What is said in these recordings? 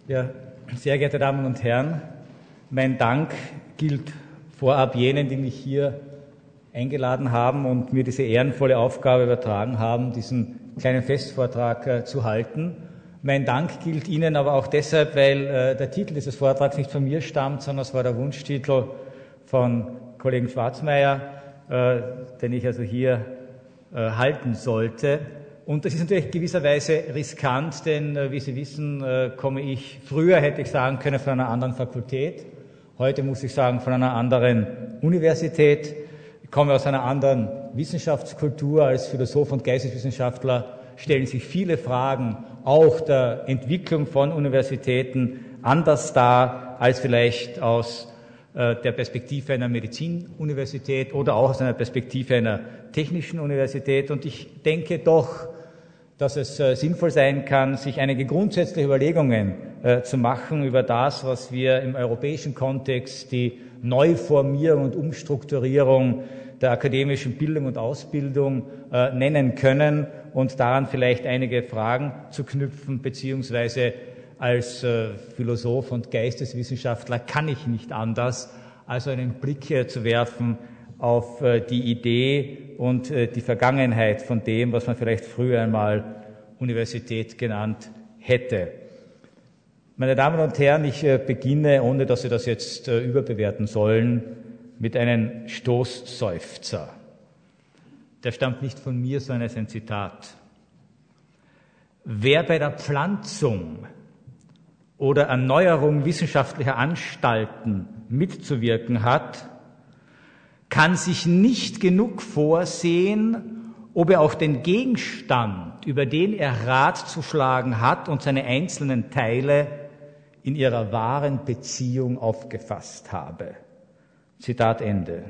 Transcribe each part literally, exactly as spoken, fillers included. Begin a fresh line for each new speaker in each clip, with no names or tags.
Ja, sehr geehrte Damen und Herren, mein Dank gilt vorab jenen, die mich hier eingeladen haben und mir diese ehrenvolle Aufgabe übertragen haben, diesen kleinen Festvortrag äh, zu halten. Mein Dank gilt Ihnen aber auch deshalb, weil äh, der Titel dieses Vortrags nicht von mir stammt, sondern es war der Wunschtitel von Kollegen Schwarzmeier, äh, den ich also hier äh, halten sollte. Und das ist natürlich gewisserweise riskant, denn äh, wie Sie wissen, äh, komme ich, früher hätte ich sagen können, von einer anderen Fakultät. Heute muss ich sagen, von einer anderen Universität. Ich komme aus einer anderen Wissenschaftskultur. Als Philosoph und Geisteswissenschaftler stellen sich viele Fragen auch der Entwicklung von Universitäten anders dar als vielleicht aus äh, der Perspektive einer Medizinuniversität oder auch aus einer Perspektive einer technischen Universität. Und ich denke doch, dass es äh, sinnvoll sein kann, sich einige grundsätzliche Überlegungen äh, zu machen über das, was wir im europäischen Kontext die Neuformierung und Umstrukturierung der akademischen Bildung und Ausbildung äh, nennen können und daran vielleicht einige Fragen zu knüpfen, beziehungsweise als äh, Philosoph und Geisteswissenschaftler kann ich nicht anders, als einen Blick äh, zu werfen auf äh, die Idee und äh, die Vergangenheit von dem, was man vielleicht früher einmal Universität genannt hätte. Meine Damen und Herren, ich äh, beginne, ohne dass Sie das jetzt äh, überbewerten sollen, mit einem Stoßseufzer. Der stammt nicht von mir, sondern ist ein Zitat. Wer bei der Pflanzung oder Erneuerung wissenschaftlicher Anstalten mitzuwirken hat, kann sich nicht genug vorsehen, ob er auch den Gegenstand, über den er Rat zu schlagen hat und seine einzelnen Teile in ihrer wahren Beziehung aufgefasst habe. Zitat Ende.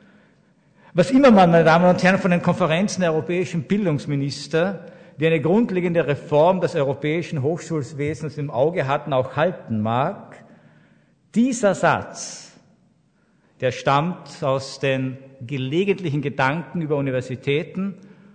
Was immer man, meine Damen und Herren, von den Konferenzen der europäischen Bildungsminister, die eine grundlegende Reform des europäischen Hochschulwesens im Auge hatten, auch halten mag, dieser Satz, der stammt aus den gelegentlichen Gedanken über Universitäten,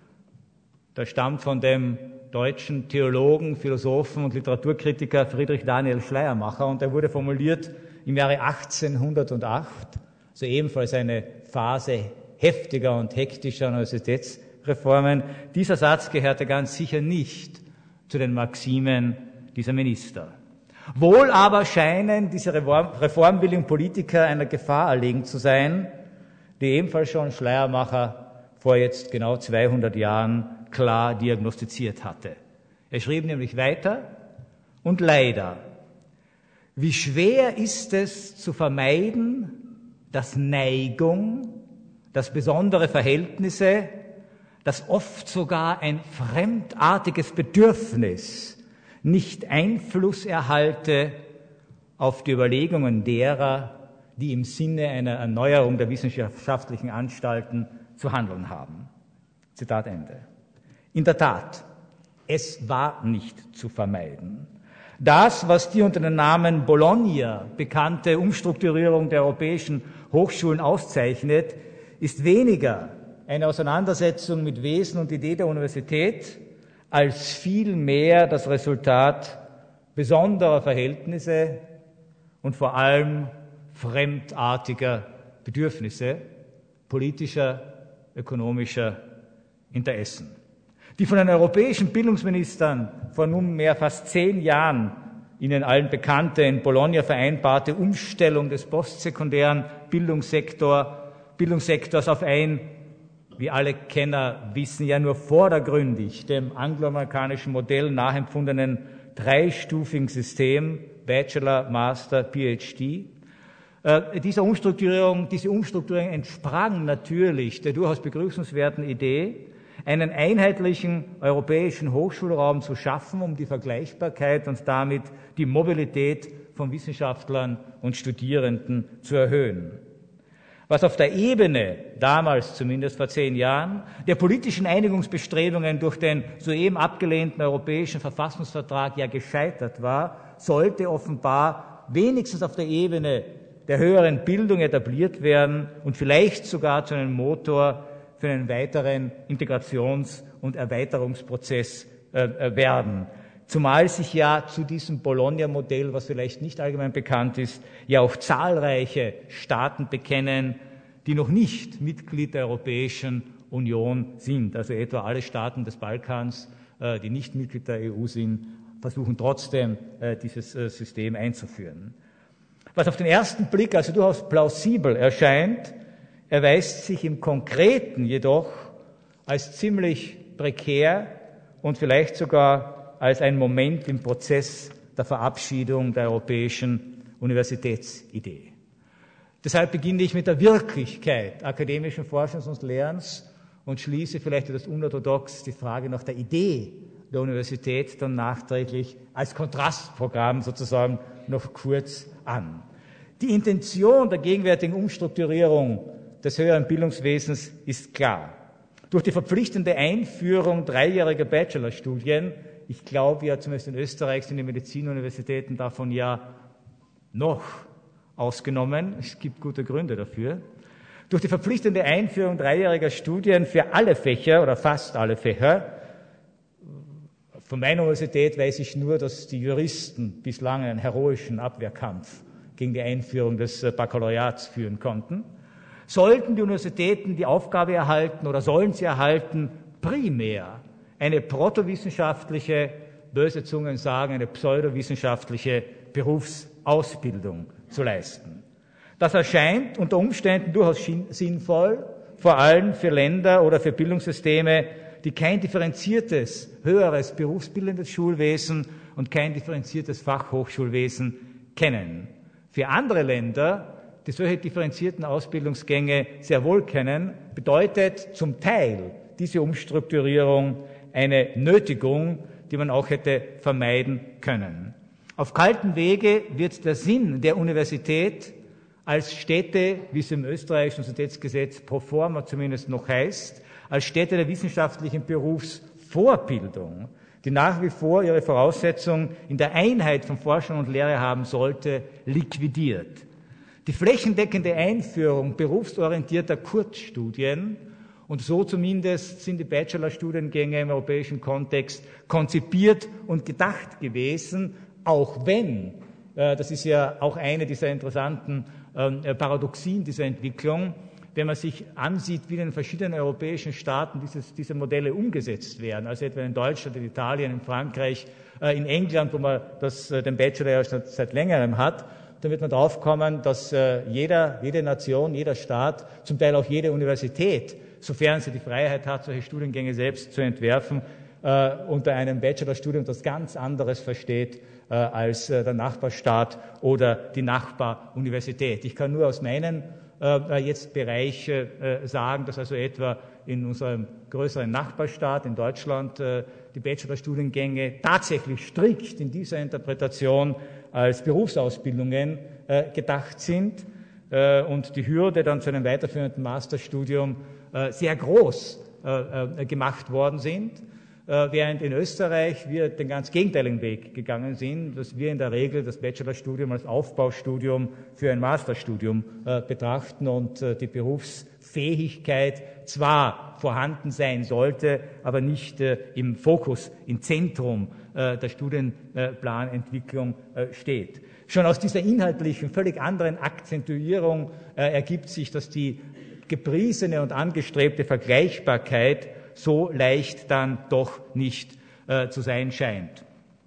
der stammt von dem deutschen Theologen, Philosophen und Literaturkritiker Friedrich Daniel Schleiermacher und er wurde formuliert im Jahre achtzehnhundertacht, also ebenfalls eine Phase heftiger und hektischer Universitätsreformen. Dieser Satz gehörte ganz sicher nicht zu den Maximen dieser Minister. Wohl aber scheinen diese reformwilligen Politiker einer Gefahr erlegen zu sein, die ebenfalls schon Schleiermacher vor jetzt genau zweihundert Jahren klar diagnostiziert hatte. Er schrieb nämlich weiter, und leider, wie schwer ist es zu vermeiden, dass Neigung, dass besondere Verhältnisse, dass oft sogar ein fremdartiges Bedürfnis nicht Einfluss erhalte auf die Überlegungen derer, die im Sinne einer Erneuerung der wissenschaftlichen Anstalten zu handeln haben. Zitat Ende. In der Tat, es war nicht zu vermeiden. Das, was die unter dem Namen Bologna bekannte Umstrukturierung der europäischen Hochschulen auszeichnet, ist weniger eine Auseinandersetzung mit Wesen und Idee der Universität, als vielmehr das Resultat besonderer Verhältnisse und vor allem fremdartiger Bedürfnisse, politischer, ökonomischer Interessen. Die von den europäischen Bildungsministern vor nunmehr fast zehn Jahren Ihnen allen bekannte in Bologna vereinbarte Umstellung des postsekundären Bildungssektor, Bildungssektors auf ein, wie alle Kenner wissen, ja nur vordergründig dem angloamerikanischen Modell nachempfundenen dreistufigen System, Bachelor, Master, PhD. Äh, dieser Umstrukturierung, diese Umstrukturierung entsprang natürlich der durchaus begrüßenswerten Idee, einen einheitlichen europäischen Hochschulraum zu schaffen, um die Vergleichbarkeit und damit die Mobilität von Wissenschaftlern und Studierenden zu erhöhen. Was auf der Ebene, damals zumindest vor zehn Jahren, der politischen Einigungsbestrebungen durch den soeben abgelehnten Europäischen Verfassungsvertrag ja gescheitert war, sollte offenbar wenigstens auf der Ebene der höheren Bildung etabliert werden und vielleicht sogar zu einem Motor für einen weiteren Integrations- und Erweiterungsprozess äh, werden. zumal sich ja zu diesem Bologna-Modell, was vielleicht nicht allgemein bekannt ist, ja auch zahlreiche Staaten bekennen, die noch nicht Mitglied der Europäischen Union sind. Also etwa alle Staaten des Balkans, die nicht Mitglied der E U sind, versuchen trotzdem, dieses System einzuführen. Was auf den ersten Blick also durchaus plausibel erscheint, erweist sich im Konkreten jedoch als ziemlich prekär und vielleicht sogar als ein Moment im Prozess der Verabschiedung der europäischen Universitätsidee. Deshalb beginne ich mit der Wirklichkeit akademischen Forschens und Lehrens und schließe vielleicht etwas unorthodox die Frage nach der Idee der Universität dann nachträglich als Kontrastprogramm sozusagen noch kurz an. Die Intention der gegenwärtigen Umstrukturierung des höheren Bildungswesens ist klar. Durch die verpflichtende Einführung dreijähriger Bachelorstudien, ich glaube ja zumindest in Österreich sind die Medizinuniversitäten davon ja noch ausgenommen, es gibt gute Gründe dafür, durch die verpflichtende Einführung dreijähriger Studien für alle Fächer oder fast alle Fächer. Von meiner Universität weiß ich nur, dass die Juristen bislang einen heroischen Abwehrkampf gegen die Einführung des Baccalaureats führen konnten. Sollten die Universitäten die Aufgabe erhalten oder sollen sie erhalten, primär eine protowissenschaftliche, böse Zungen sagen, eine pseudowissenschaftliche Berufsausbildung zu leisten. Das erscheint unter Umständen durchaus sinnvoll, vor allem für Länder oder für Bildungssysteme, die kein differenziertes, höheres berufsbildendes Schulwesen und kein differenziertes Fachhochschulwesen kennen. Für andere Länder, die solche differenzierten Ausbildungsgänge sehr wohl kennen, bedeutet zum Teil diese Umstrukturierung eine Nötigung, die man auch hätte vermeiden können. Auf kaltem Wege wird der Sinn der Universität als Stätte, wie es im österreichischen Universitätsgesetz pro forma zumindest noch heißt, als Stätte der wissenschaftlichen Berufsvorbildung, die nach wie vor ihre Voraussetzung in der Einheit von Forschung und Lehre haben sollte, liquidiert. Die flächendeckende Einführung berufsorientierter Kurzstudien, und so zumindest sind die Bachelorstudiengänge im europäischen Kontext konzipiert und gedacht gewesen, auch wenn, äh, das ist ja auch eine dieser interessanten äh, Paradoxien dieser Entwicklung, wenn man sich ansieht, wie in den verschiedenen europäischen Staaten dieses, diese Modelle umgesetzt werden, also etwa in Deutschland, in Italien, in Frankreich, äh, in England, wo man das, äh, den Bachelor ja schon seit längerem hat, dann wird man draufkommen, dass äh, jeder, jede Nation, jeder Staat, zum Teil auch jede Universität, sofern sie die Freiheit hat, solche Studiengänge selbst zu entwerfen, äh, unter einem Bachelorstudium das ganz anderes versteht äh, als äh, der Nachbarstaat oder die Nachbaruniversität. Ich kann nur aus meinen äh, jetzt Bereich äh, sagen, dass also etwa in unserem größeren Nachbarstaat in Deutschland äh, die Bachelorstudiengänge tatsächlich strikt in dieser Interpretation als Berufsausbildungen äh, gedacht sind äh, und die Hürde dann zu einem weiterführenden Masterstudium äh, sehr groß äh, äh, gemacht worden sind, äh, während in Österreich wir den ganz gegenteiligen Weg gegangen sind, dass wir in der Regel das Bachelorstudium als Aufbaustudium für ein Masterstudium äh, betrachten und äh, die Berufsfähigkeit zwar vorhanden sein sollte, aber nicht äh, im Fokus, im Zentrum äh, der Studienplanentwicklung äh, steht. Schon aus dieser inhaltlichen, völlig anderen Akzentuierung äh, ergibt sich, dass die gepriesene und angestrebte Vergleichbarkeit so leicht dann doch nicht äh, zu sein scheint.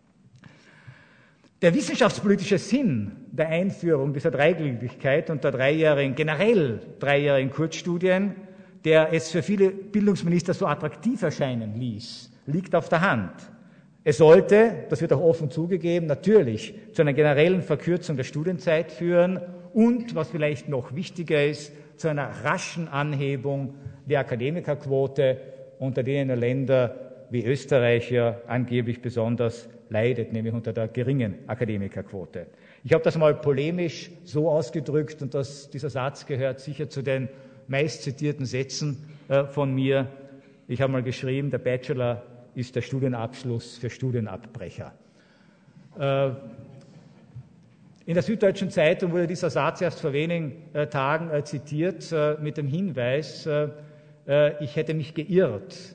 Der wissenschaftspolitische Sinn der Einführung dieser Dreigliedrigkeit und der dreijährigen, generell dreijährigen Kurzstudien, der es für viele Bildungsminister so attraktiv erscheinen ließ, liegt auf der Hand. Es sollte, das wird auch offen zugegeben, natürlich zu einer generellen Verkürzung der Studienzeit führen und, was vielleicht noch wichtiger ist, zu einer raschen Anhebung der Akademikerquote, unter denen Länder wie Österreich ja angeblich besonders leidet, nämlich unter der geringen Akademikerquote. Ich habe das mal polemisch so ausgedrückt, und das, dieser Satz gehört sicher zu den meist zitierten Sätzen äh, von mir. Ich habe mal geschrieben, der Bachelor ist der Studienabschluss für Studienabbrecher. Äh, in der Süddeutschen Zeitung wurde dieser Satz erst vor wenigen äh, Tagen äh, zitiert äh, mit dem Hinweis, äh, ich hätte mich geirrt.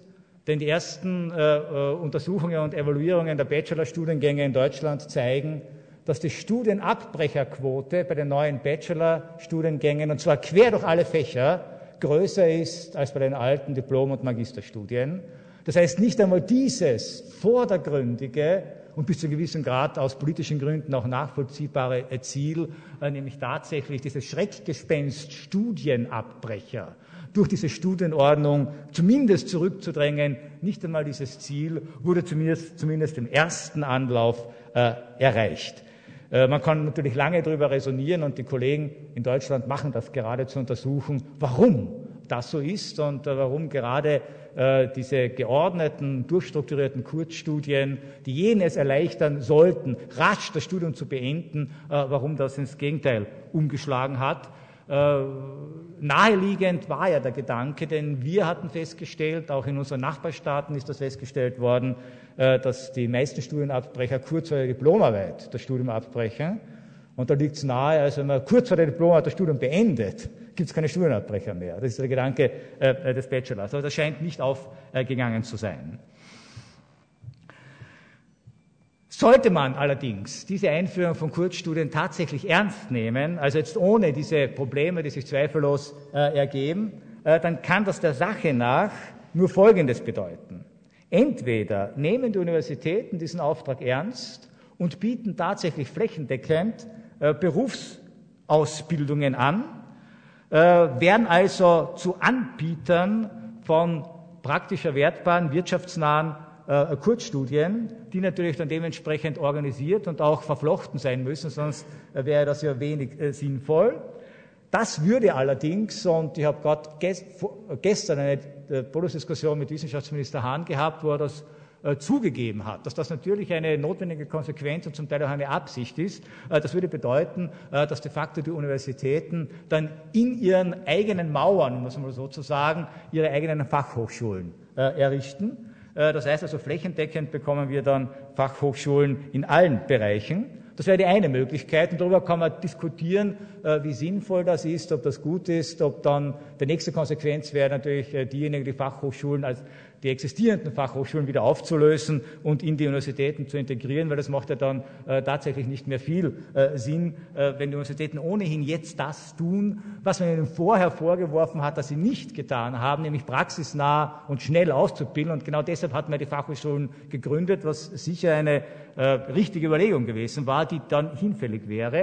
Denn die ersten äh, Untersuchungen und Evaluierungen der Bachelorstudiengänge in Deutschland zeigen, dass die Studienabbrecherquote bei den neuen Bachelorstudiengängen, und zwar quer durch alle Fächer, größer ist als bei den alten Diplom- und Magisterstudien. Das heißt, nicht einmal dieses vordergründige und bis zu einem gewissen Grad aus politischen Gründen auch nachvollziehbare Ziel, nämlich tatsächlich dieses Schreckgespenst Studienabbrecher durch diese Studienordnung zumindest zurückzudrängen, nicht einmal dieses Ziel wurde zumindest, zumindest im ersten Anlauf äh, erreicht. Äh, man kann natürlich lange darüber resonieren und die Kollegen in Deutschland machen das gerade zu untersuchen, warum das so ist und äh, warum gerade äh, diese geordneten, durchstrukturierten Kurzstudien, die jenes erleichtern sollten, rasch das Studium zu beenden, äh, warum das ins Gegenteil umgeschlagen hat. Äh, naheliegend war ja der Gedanke, denn wir hatten festgestellt, auch in unseren Nachbarstaaten ist das festgestellt worden, äh, dass die meisten Studienabbrecher kurz vor der Diplomarbeit das Studium abbrechen. Und da liegt es nahe, also wenn man kurz vor der Diplomarbeit das Studium beendet, gibt es keine Studienabbrecher mehr. Das ist der Gedanke äh, des Bachelors. Aber das scheint nicht aufgegangen zu sein. Sollte man allerdings diese Einführung von Kurzstudien tatsächlich ernst nehmen, also jetzt ohne diese Probleme, die sich zweifellos äh, ergeben, äh, dann kann das der Sache nach nur Folgendes bedeuten. Entweder nehmen die Universitäten diesen Auftrag ernst und bieten tatsächlich flächendeckend äh, Berufsausbildungen an, äh, werden also zu Anbietern von praktisch erwertbaren, wirtschaftsnahen äh, Kurzstudien, die natürlich dann dementsprechend organisiert und auch verflochten sein müssen, sonst äh, wäre das ja wenig äh, sinnvoll. Das würde allerdings, und ich habe gerade gest, gestern eine äh, Podiumsdiskussion mit Wissenschaftsminister Hahn gehabt, wo er das äh, zugegeben hat, dass das natürlich eine notwendige Konsequenz und zum Teil auch eine Absicht ist. Äh, das würde bedeuten, äh, dass de facto die Universitäten dann in ihren eigenen Mauern, um das mal so zu sagen, ihre eigenen Fachhochschulen äh, errichten. Das heißt also, flächendeckend bekommen wir dann Fachhochschulen in allen Bereichen. Das wäre die eine Möglichkeit und darüber kann man diskutieren, wie sinnvoll das ist, ob das gut ist, ob dann die nächste Konsequenz wäre natürlich diejenigen, die Fachhochschulen als die existierenden Fachhochschulen wieder aufzulösen und in die Universitäten zu integrieren, weil das macht ja dann äh, tatsächlich nicht mehr viel äh, Sinn, äh, wenn die Universitäten ohnehin jetzt das tun, was man ihnen vorher vorgeworfen hat, dass sie nicht getan haben, nämlich praxisnah und schnell auszubilden. Und genau deshalb hat man die Fachhochschulen gegründet, was sicher eine äh, richtige Überlegung gewesen war, die dann hinfällig wäre.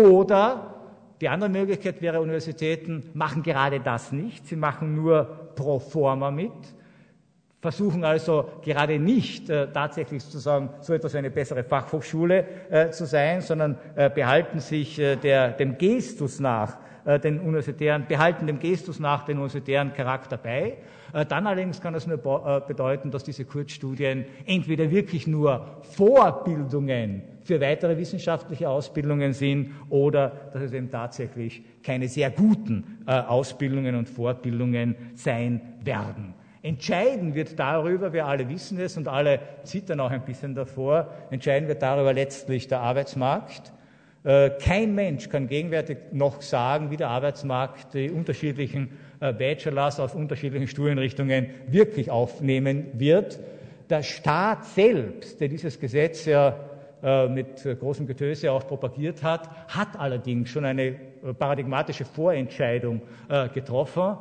Oder die andere Möglichkeit wäre, Universitäten machen gerade das nicht, sie machen nur pro forma mit, versuchen also gerade nicht äh, tatsächlich sozusagen so etwas wie eine bessere Fachhochschule äh, zu sein, sondern äh, behalten sich äh, der, dem Gestus nach äh, den universitären, behalten dem Gestus nach den universitären Charakter bei. Äh, dann allerdings kann das nur äh, bedeuten, dass diese Kurzstudien entweder wirklich nur Vorbildungen für weitere wissenschaftliche Ausbildungen sind oder dass es eben tatsächlich keine sehr guten äh, Ausbildungen und Fortbildungen sein werden. Entscheiden wird darüber, wir alle wissen es und alle zittern auch ein bisschen davor, entscheiden wird darüber letztlich der Arbeitsmarkt. Kein Mensch kann gegenwärtig noch sagen, wie der Arbeitsmarkt die unterschiedlichen Bachelors aus unterschiedlichen Studienrichtungen wirklich aufnehmen wird. Der Staat selbst, der dieses Gesetz ja mit großem Getöse auch propagiert hat, hat allerdings schon eine paradigmatische Vorentscheidung getroffen.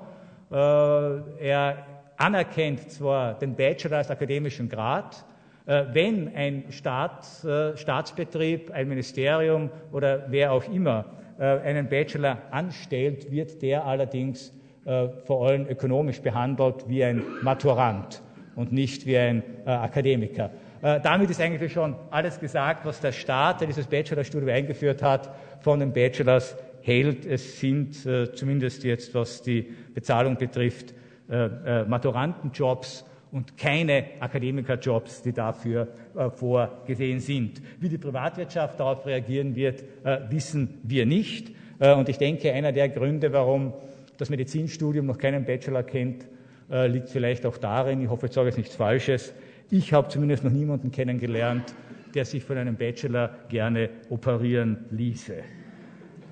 Er anerkennt zwar den Bachelor als akademischen Grad, äh, wenn ein Staat, äh, Staatsbetrieb, ein Ministerium oder wer auch immer äh, einen Bachelor anstellt, wird der allerdings äh, vor allem ökonomisch behandelt wie ein Maturant und nicht wie ein äh, Akademiker. Äh, damit ist eigentlich schon alles gesagt, was der Staat, der dieses Bachelorstudium eingeführt hat, von den Bachelors hält. Es sind äh, zumindest jetzt, was die Bezahlung betrifft, Äh, äh, Maturantenjobs und keine Akademikerjobs, die dafür äh, vorgesehen sind. Wie die Privatwirtschaft darauf reagieren wird, äh, wissen wir nicht. Äh, und ich denke, einer der Gründe, warum das Medizinstudium noch keinen Bachelor kennt, äh, liegt vielleicht auch darin, ich hoffe, ich sage jetzt nichts Falsches, ich habe zumindest noch niemanden kennengelernt, der sich von einem Bachelor gerne operieren ließe.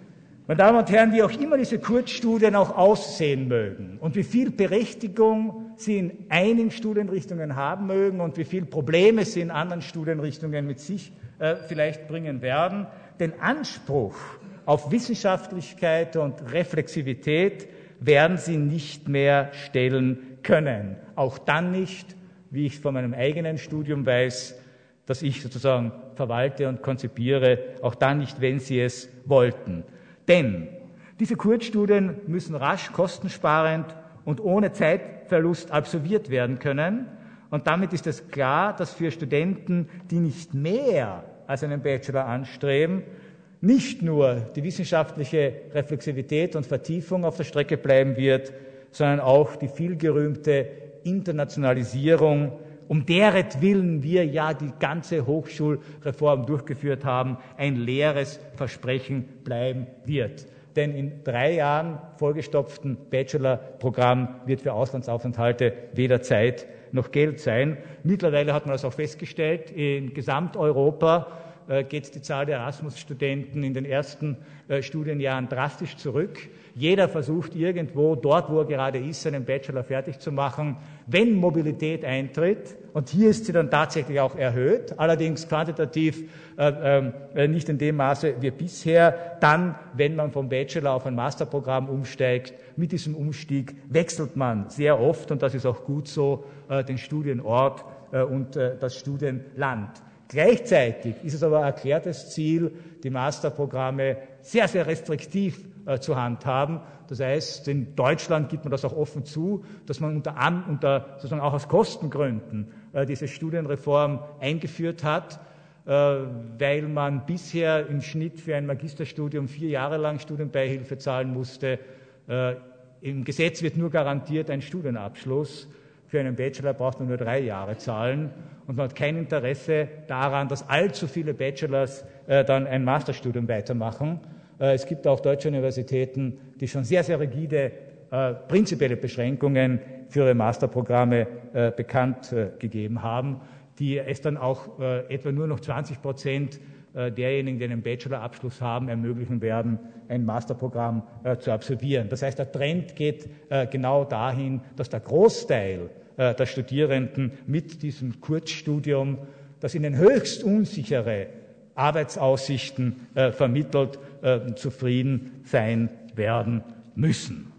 Meine Damen und Herren, wie auch immer diese Kurzstudien auch aussehen mögen und wie viel Berechtigung sie in einigen Studienrichtungen haben mögen und wie viel Probleme sie in anderen Studienrichtungen mit sich äh, vielleicht bringen werden, den Anspruch auf Wissenschaftlichkeit und Reflexivität werden sie nicht mehr stellen können. Auch dann nicht, wie ich von meinem eigenen Studium weiß, das ich sozusagen verwalte und konzipiere, auch dann nicht, wenn sie es wollten. Denn diese Kurzstudien müssen rasch, kostensparend und ohne Zeitverlust absolviert werden können. Und damit ist es klar, dass für Studenten, die nicht mehr als einen Bachelor anstreben, nicht nur die wissenschaftliche Reflexivität und Vertiefung auf der Strecke bleiben wird, sondern auch die vielgerühmte Internationalisierung, um deretwillen wir ja die ganze Hochschulreform durchgeführt haben, ein leeres Versprechen bleiben wird. Denn in drei Jahren vollgestopften Bachelorprogramm wird für Auslandsaufenthalte weder Zeit noch Geld sein. Mittlerweile hat man das auch festgestellt, in Gesamteuropa äh, geht die Zahl der Erasmus-Studenten in den ersten äh, Studienjahren drastisch zurück. Jeder versucht irgendwo, dort wo er gerade ist, seinen Bachelor fertig zu machen. Wenn Mobilität eintritt, und hier ist sie dann tatsächlich auch erhöht, allerdings quantitativ äh, äh, nicht in dem Maße wie bisher, dann, wenn man vom Bachelor auf ein Masterprogramm umsteigt, mit diesem Umstieg wechselt man sehr oft, und das ist auch gut so, äh, den Studienort äh, und äh, das Studienland. Gleichzeitig ist es aber erklärtes Ziel, die Masterprogramme sehr, sehr restriktiv äh, zu handhaben. Das heißt, in Deutschland gibt man das auch offen zu, dass man unter, unter sozusagen auch aus Kostengründen äh, diese Studienreform eingeführt hat, äh, weil man bisher im Schnitt für ein Magisterstudium vier Jahre lang Studienbeihilfe zahlen musste. Äh, Im Gesetz wird nur garantiert ein Studienabschluss. Für einen Bachelor braucht man nur drei Jahre zahlen, und man hat kein Interesse daran, dass allzu viele Bachelors äh, dann ein Masterstudium weitermachen. Äh, es gibt auch deutsche Universitäten, die schon sehr, sehr rigide äh, prinzipielle Beschränkungen für ihre Masterprogramme äh, bekannt äh, gegeben haben, die es dann auch äh, etwa nur noch zwanzig Prozent äh, derjenigen, die einen Bachelorabschluss haben, ermöglichen werden, ein Masterprogramm äh, zu absolvieren. Das heißt, der Trend geht äh, genau dahin, dass der Großteil äh, der Studierenden mit diesem Kurzstudium, das ihnen höchst unsichere Arbeitsaussichten äh, vermittelt, äh, zufrieden sein werden müssen.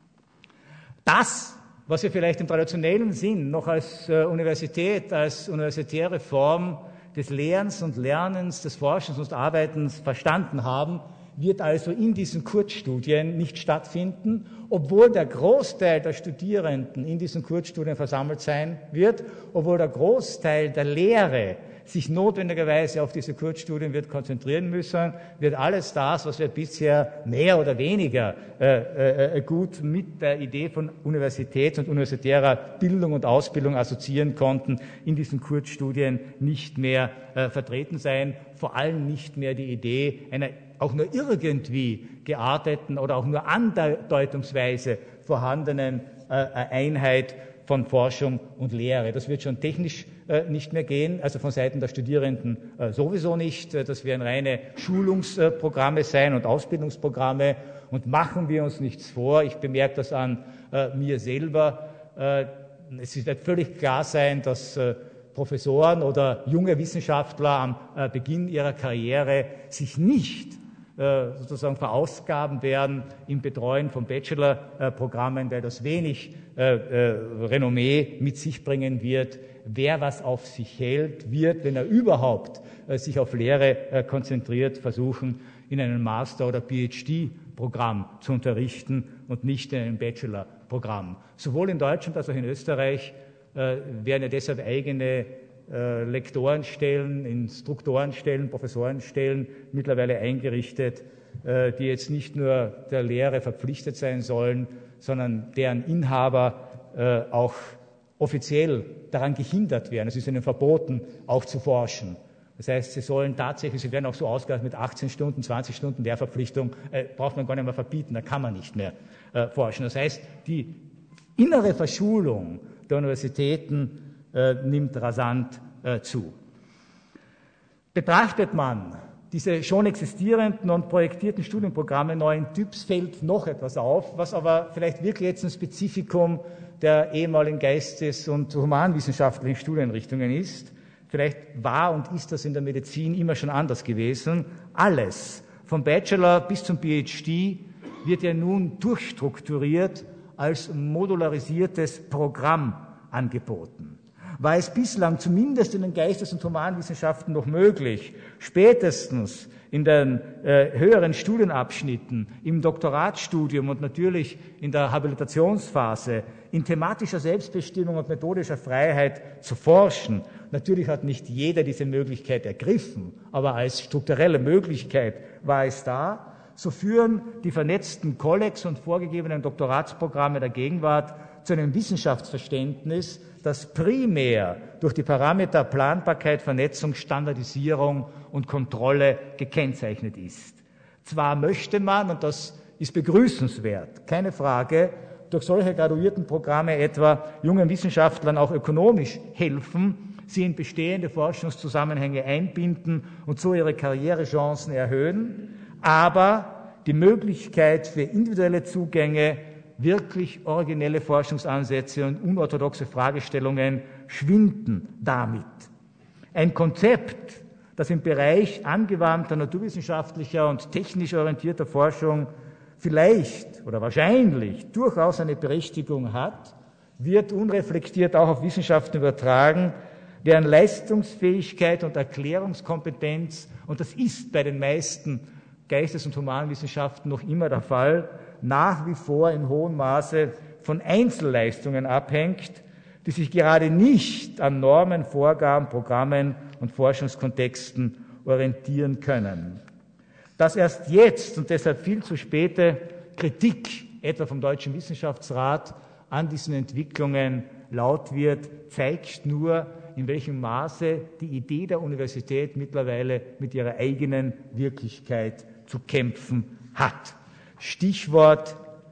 Das, was wir vielleicht im traditionellen Sinn noch als äh, Universität, als universitäre Form des Lehrens und Lernens, des Forschens und Arbeitens verstanden haben, wird also in diesen Kurzstudien nicht stattfinden, obwohl der Großteil der Studierenden in diesen Kurzstudien versammelt sein wird, obwohl der Großteil der Lehre sich notwendigerweise auf diese Kurzstudien wird konzentrieren müssen, wird alles das, was wir bisher mehr oder weniger äh, äh, gut mit der Idee von Universität und universitärer Bildung und Ausbildung assoziieren konnten, in diesen Kurzstudien nicht mehr äh, vertreten sein, vor allem nicht mehr die Idee einer auch nur irgendwie gearteten oder auch nur andeutungsweise vorhandenen äh, Einheit von Forschung und Lehre. Das wird schon technisch äh, nicht mehr gehen, also von Seiten der Studierenden äh, sowieso nicht. Das werden reine Schulungsprogramme sein und Ausbildungsprogramme. Und machen wir uns nichts vor, ich bemerke das an äh, mir selber, äh, es wird völlig klar sein, dass äh, Professoren oder junge Wissenschaftler am äh, Beginn ihrer Karriere sich nicht sozusagen verausgaben werden im Betreuen von Bachelor-Programmen, weil das wenig äh, äh, Renommee mit sich bringen wird. Wer was auf sich hält, wird, wenn er überhaupt äh, sich auf Lehre äh, konzentriert, versuchen, in einem Master- oder P H D-Programm zu unterrichten und nicht in einem Bachelor-Programm. Sowohl in Deutschland als auch in Österreich äh, werden ja deshalb eigene Lektorenstellen, Instruktorenstellen, Professorenstellen mittlerweile eingerichtet, die jetzt nicht nur der Lehre verpflichtet sein sollen, sondern deren Inhaber auch offiziell daran gehindert werden. Es ist ihnen verboten, auch zu forschen. Das heißt, sie sollen tatsächlich, sie werden auch so ausgelastet mit achtzehn Stunden, zwanzig Stunden Lehrverpflichtung, äh, braucht man gar nicht mehr verbieten, da kann man nicht mehr äh, forschen. Das heißt, die innere Verschulung der Universitäten nimmt rasant äh, zu. Betrachtet man diese schon existierenden und projektierten Studienprogramme neuen Typs fällt noch etwas auf, was aber vielleicht wirklich jetzt ein Spezifikum der ehemaligen geistes- und humanwissenschaftlichen Studienrichtungen ist. Vielleicht war und ist das in der Medizin immer schon anders gewesen. Alles, vom Bachelor bis zum PhD, wird ja nun durchstrukturiert als modularisiertes Programm angeboten. War es bislang zumindest in den Geistes- und Humanwissenschaften noch möglich, spätestens in den äh, höheren Studienabschnitten, im Doktoratsstudium und natürlich in der Habilitationsphase in thematischer Selbstbestimmung und methodischer Freiheit zu forschen. Natürlich hat nicht jeder diese Möglichkeit ergriffen, aber als strukturelle Möglichkeit war es da. So führen die vernetzten Kollegs und vorgegebenen Doktoratsprogramme der Gegenwart zu einem Wissenschaftsverständnis, das primär durch die Parameter Planbarkeit, Vernetzung, Standardisierung und Kontrolle gekennzeichnet ist. Zwar möchte man, und das ist begrüßenswert, keine Frage, durch solche graduierten Programme etwa jungen Wissenschaftlern auch ökonomisch helfen, sie in bestehende Forschungszusammenhänge einbinden und so ihre Karrierechancen erhöhen, aber die Möglichkeit für individuelle Zugänge, wirklich originelle Forschungsansätze und unorthodoxe Fragestellungen schwinden damit. Ein Konzept, das im Bereich angewandter naturwissenschaftlicher und technisch orientierter Forschung vielleicht oder wahrscheinlich durchaus eine Berechtigung hat, wird unreflektiert auch auf Wissenschaften übertragen, deren Leistungsfähigkeit und Erklärungskompetenz, und das ist bei den meisten Geistes- und Humanwissenschaften noch immer der Fall, nach wie vor in hohem Maße von Einzelleistungen abhängt, die sich gerade nicht an Normen, Vorgaben, Programmen und Forschungskontexten orientieren können. Dass erst jetzt und deshalb viel zu späte Kritik, etwa vom Deutschen Wissenschaftsrat, an diesen Entwicklungen laut wird, zeigt nur, in welchem Maße die Idee der Universität mittlerweile mit ihrer eigenen Wirklichkeit zu kämpfen hat. Stichwort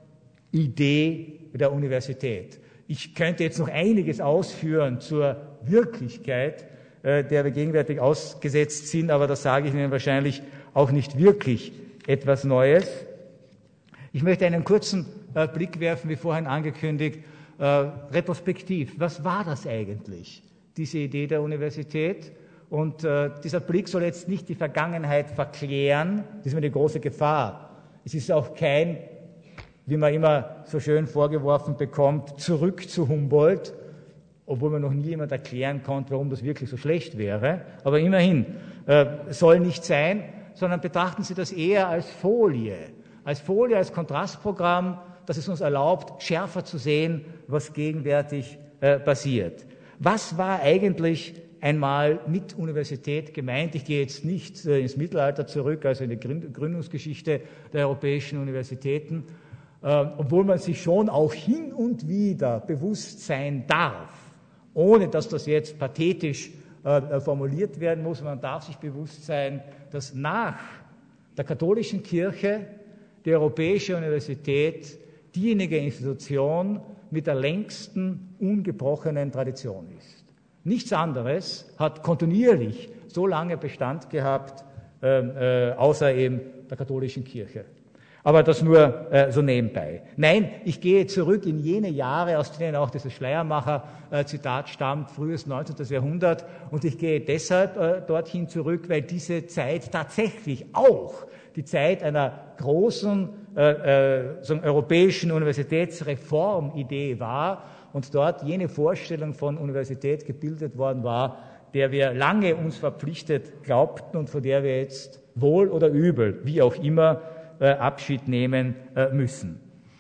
Idee der Universität. Ich könnte jetzt noch einiges ausführen zur Wirklichkeit, äh, der wir gegenwärtig ausgesetzt sind, aber das sage ich Ihnen wahrscheinlich auch nicht wirklich etwas Neues. Ich möchte einen kurzen äh, Blick werfen, wie vorhin angekündigt, äh, retrospektiv. Was war das eigentlich, diese Idee der Universität? Und äh, dieser Blick soll jetzt nicht die Vergangenheit verklären, das ist mir die große Gefahr. Es ist auch kein, wie man immer so schön vorgeworfen bekommt, zurück zu Humboldt, obwohl man noch nie jemand erklären konnte, warum das wirklich so schlecht wäre. Aber immerhin, äh, soll nicht sein, sondern betrachten Sie das eher als Folie, als Folie, als Kontrastprogramm, das es uns erlaubt, schärfer zu sehen, was gegenwärtig äh, passiert. Was war eigentlich einmal mit Universität gemeint? Ich gehe jetzt nicht äh, ins Mittelalter zurück, also in die Gründungsgeschichte der europäischen Universitäten, äh, obwohl man sich schon auch hin und wieder bewusst sein darf, ohne dass das jetzt pathetisch äh, formuliert werden muss. Man darf sich bewusst sein, dass nach der katholischen Kirche die Europäische Universität diejenige Institution mit der längsten ungebrochenen Tradition ist. Nichts anderes hat kontinuierlich so lange Bestand gehabt, äh, äh, außer eben der katholischen Kirche. Aber das nur äh, so nebenbei. Nein, ich gehe zurück in jene Jahre, aus denen auch dieses Schleiermacher-Zitat stammt, frühes neunzehnten Jahrhundert. Und ich gehe deshalb äh, dorthin zurück, weil diese Zeit tatsächlich auch die Zeit einer großen äh, äh, so europäischen Universitätsreformidee war und dort jene Vorstellung von Universität gebildet worden war, der wir lange uns verpflichtet glaubten und von der wir jetzt wohl oder übel, wie auch immer, äh, Abschied nehmen äh, müssen.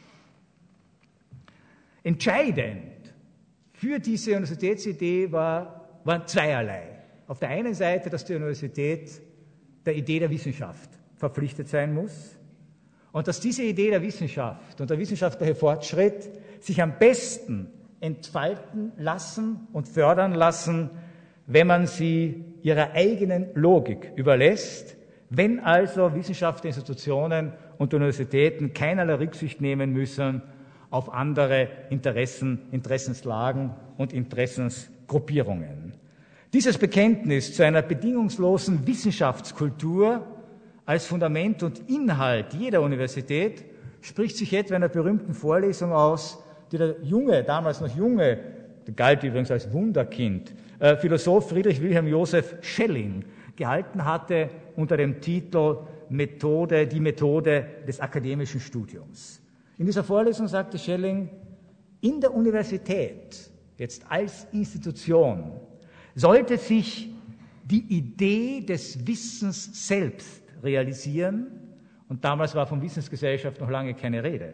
Entscheidend für diese Universitätsidee war, waren zweierlei. Auf der einen Seite, dass die Universität der Idee der Wissenschaft verpflichtet sein muss und dass diese Idee der Wissenschaft und der wissenschaftliche Fortschritt sich am besten entfalten lassen und fördern lassen, wenn man sie ihrer eigenen Logik überlässt, wenn also wissenschaftliche Institutionen und Universitäten keinerlei Rücksicht nehmen müssen auf andere Interessen, Interessenslagen und Interessensgruppierungen. Dieses Bekenntnis zu einer bedingungslosen Wissenschaftskultur als Fundament und Inhalt jeder Universität spricht sich etwa in einer berühmten Vorlesung aus, die der junge, damals noch junge, der galt übrigens als Wunderkind, äh, Philosoph Friedrich Wilhelm Joseph Schelling gehalten hatte unter dem Titel Methode, die Methode des akademischen Studiums. In dieser Vorlesung sagte Schelling, in der Universität, jetzt als Institution, sollte sich die Idee des Wissens selbst realisieren, und damals war von Wissensgesellschaft noch lange keine Rede.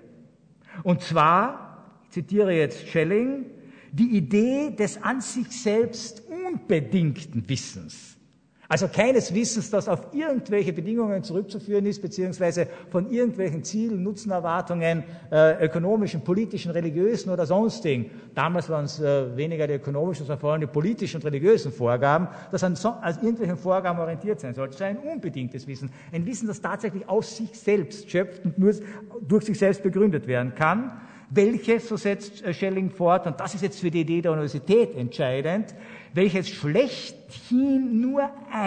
Und zwar, ich zitiere jetzt Schelling, die Idee des an sich selbst unbedingten Wissens. Also keines Wissens, das auf irgendwelche Bedingungen zurückzuführen ist, beziehungsweise von irgendwelchen Zielen, Nutzenerwartungen, äh, ökonomischen, politischen, religiösen oder sonstigen. Damals waren es äh, weniger die ökonomischen, sondern vor allem die politischen und religiösen Vorgaben, das an, so, an irgendwelchen Vorgaben orientiert sein sollte. Das ist ein unbedingtes Wissen. Ein Wissen, das tatsächlich aus sich selbst schöpft und nur durch sich selbst begründet werden kann. Welches, so setzt Schelling fort, und das ist jetzt für die Idee der Universität entscheidend, welches schlechthin nur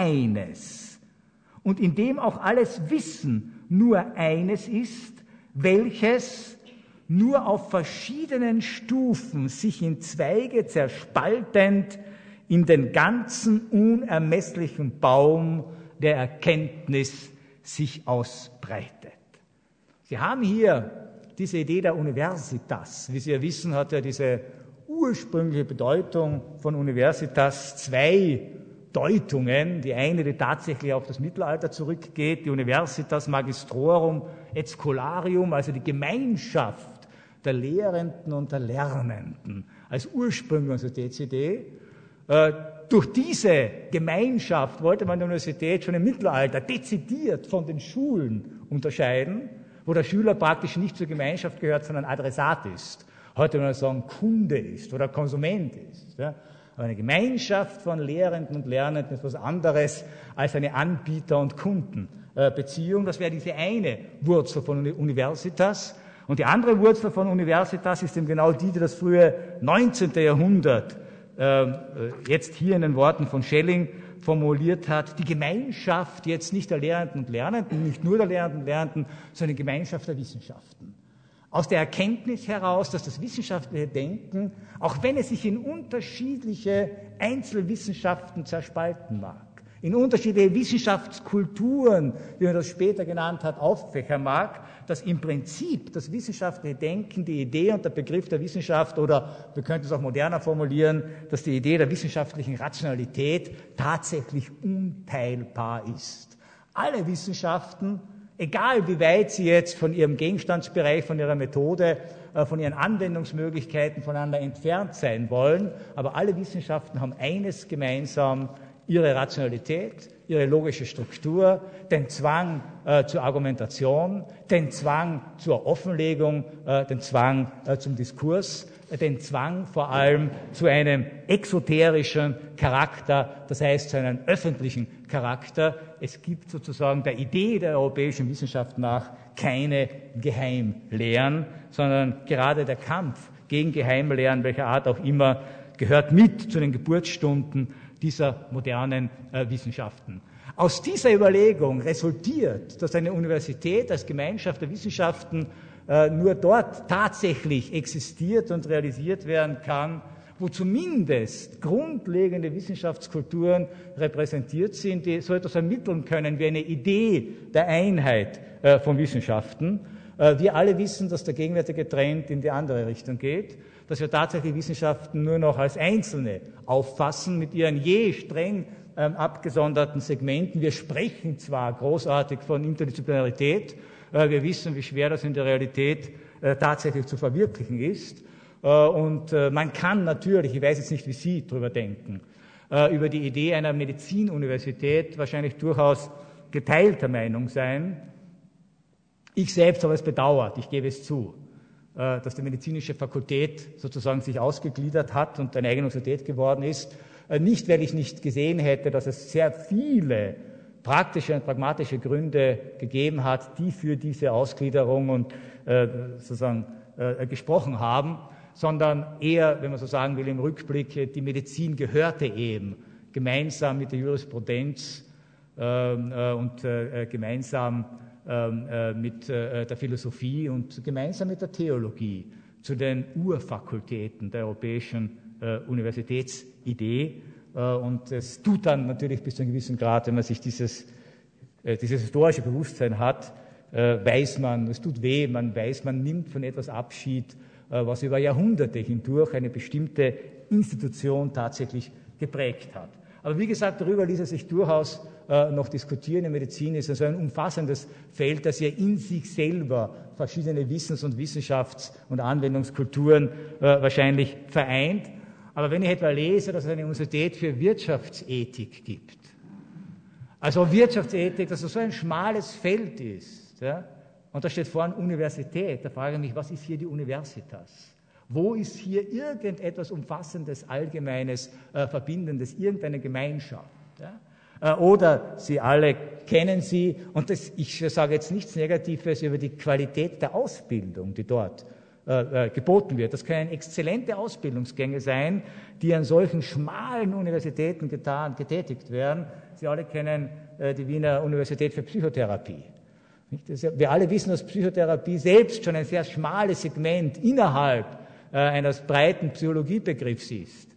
eines und in dem auch alles Wissen nur eines ist, welches nur auf verschiedenen Stufen sich in Zweige zerspaltend in den ganzen unermesslichen Baum der Erkenntnis sich ausbreitet. Sie haben hier diese Idee der Universitas. Wie Sie ja wissen, hat ja diese ursprüngliche Bedeutung von Universitas zwei Deutungen. Die eine, die tatsächlich auf das Mittelalter zurückgeht, die Universitas Magistrorum et Scholarium, also die Gemeinschaft der Lehrenden und der Lernenden, als ursprüngliche Universitätsidee. Äh, durch diese Gemeinschaft wollte man die Universität schon im Mittelalter dezidiert von den Schulen unterscheiden, wo der Schüler praktisch nicht zur Gemeinschaft gehört, sondern Adressat ist. Heute würde man sagen, Kunde ist oder Konsument ist. Ja. Aber eine Gemeinschaft von Lehrenden und Lernenden ist etwas anderes als eine Anbieter- und Kundenbeziehung. Das wäre diese eine Wurzel von Universitas. Und die andere Wurzel von Universitas ist eben genau die, die das frühe neunzehnte Jahrhundert äh, jetzt hier in den Worten von Schelling formuliert hat, die Gemeinschaft jetzt nicht der Lehrenden und Lernenden, nicht nur der Lehrenden und Lernenden, sondern die Gemeinschaft der Wissenschaften. Aus der Erkenntnis heraus, dass das wissenschaftliche Denken, auch wenn es sich in unterschiedliche Einzelwissenschaften zerspalten mag, in unterschiedliche Wissenschaftskulturen, wie man das später genannt hat, auffächern mag, dass im Prinzip das wissenschaftliche Denken, die Idee und der Begriff der Wissenschaft, oder wir könnten es auch moderner formulieren, dass die Idee der wissenschaftlichen Rationalität tatsächlich unteilbar ist. Alle Wissenschaften, egal wie weit sie jetzt von ihrem Gegenstandsbereich, von ihrer Methode, von ihren Anwendungsmöglichkeiten voneinander entfernt sein wollen, aber alle Wissenschaften haben eines gemeinsam: ihre Rationalität, ihre logische Struktur, den Zwang äh, zur Argumentation, den Zwang zur Offenlegung, äh, den Zwang äh, zum Diskurs, äh, den Zwang vor allem zu einem exoterischen Charakter, das heißt zu einem öffentlichen Charakter. Es gibt sozusagen der Idee der europäischen Wissenschaft nach keine Geheimlehren, sondern gerade der Kampf gegen Geheimlehren, welcher Art auch immer, gehört mit zu den Geburtsstunden dieser modernen äh, Wissenschaften. Aus dieser Überlegung resultiert, dass eine Universität als Gemeinschaft der Wissenschaften äh, nur dort tatsächlich existiert und realisiert werden kann, wo zumindest grundlegende Wissenschaftskulturen repräsentiert sind, die so etwas vermitteln können wie eine Idee der Einheit äh, von Wissenschaften. Äh, wir alle wissen, dass der gegenwärtige Trend in die andere Richtung geht, dass wir tatsächlich Wissenschaften nur noch als Einzelne auffassen, mit ihren je streng ähm, abgesonderten Segmenten. Wir sprechen zwar großartig von Interdisziplinarität, äh, wir wissen, wie schwer das in der Realität äh, tatsächlich zu verwirklichen ist. Äh, und äh, man kann natürlich, ich weiß jetzt nicht, wie Sie darüber denken, äh, über die Idee einer Medizinuniversität wahrscheinlich durchaus geteilter Meinung sein. Ich selbst habe es bedauert, ich gebe es zu, dass die medizinische Fakultät sozusagen sich ausgegliedert hat und eine eigene Universität geworden ist. Nicht, weil ich nicht gesehen hätte, dass es sehr viele praktische und pragmatische Gründe gegeben hat, die für diese Ausgliederung und äh, sozusagen äh, gesprochen haben, sondern eher, wenn man so sagen will, im Rückblick, die Medizin gehörte eben gemeinsam mit der Jurisprudenz ähm, äh, und äh, gemeinsam ähm, äh, mit äh, der Philosophie und gemeinsam mit der Theologie zu den Urfakultäten der europäischen äh, Universitätsidee. Äh, und es tut dann natürlich bis zu einem gewissen Grad, wenn man sich dieses, äh, dieses historische Bewusstsein hat, äh, weiß man, es tut weh, man weiß, man nimmt von etwas Abschied, äh, was über Jahrhunderte hindurch eine bestimmte Institution tatsächlich geprägt hat. Aber wie gesagt, darüber ließ es sich durchaus äh, noch diskutieren. Die Medizin ist also ein umfassendes Feld, das ja in sich selber verschiedene Wissens- und Wissenschafts- und Anwendungskulturen äh, wahrscheinlich vereint. Aber wenn ich etwa lese, dass es eine Universität für Wirtschaftsethik gibt, also Wirtschaftsethik, dass es so ein schmales Feld ist, ja, und da steht vorne Universität, da frage ich mich, was ist hier die Universitas? Wo ist hier irgendetwas Umfassendes, Allgemeines, äh, Verbindendes, irgendeine Gemeinschaft? Ja? Äh, oder Sie alle kennen sie, und das, ich sage jetzt nichts Negatives über die Qualität der Ausbildung, die dort äh, äh, geboten wird. Das können exzellente Ausbildungsgänge sein, die an solchen schmalen Universitäten getan, getätigt werden. Sie alle kennen äh, die Wiener Universität für Psychotherapie. Ja, wir alle wissen, dass Psychotherapie selbst schon ein sehr schmales Segment innerhalb eines breiten Psychologiebegriffs ist.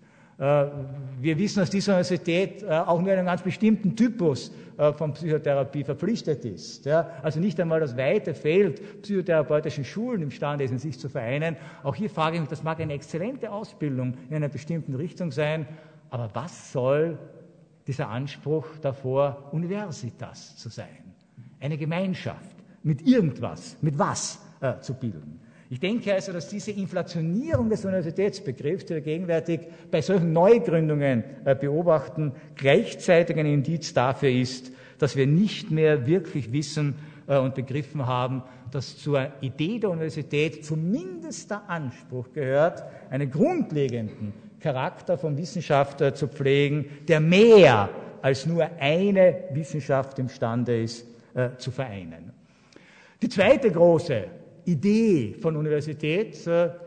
Wir wissen, dass diese Universität auch nur einem ganz bestimmten Typus von Psychotherapie verpflichtet ist. Also nicht einmal das weite Feld psychotherapeutischen Schulen imstande ist, in sich zu vereinen. Auch hier frage ich mich, das mag eine exzellente Ausbildung in einer bestimmten Richtung sein, aber was soll dieser Anspruch davor, Universitas zu sein? Eine Gemeinschaft mit irgendwas, mit was äh, zu bilden. Ich denke also, dass diese Inflationierung des Universitätsbegriffs, die wir gegenwärtig bei solchen Neugründungen äh, beobachten, gleichzeitig ein Indiz dafür ist, dass wir nicht mehr wirklich wissen äh, und begriffen haben, dass zur Idee der Universität zumindest der Anspruch gehört, einen grundlegenden Charakter von Wissenschaft äh, zu pflegen, der mehr als nur eine Wissenschaft imstande ist, äh, zu vereinen. Die zweite große Idee von Universität,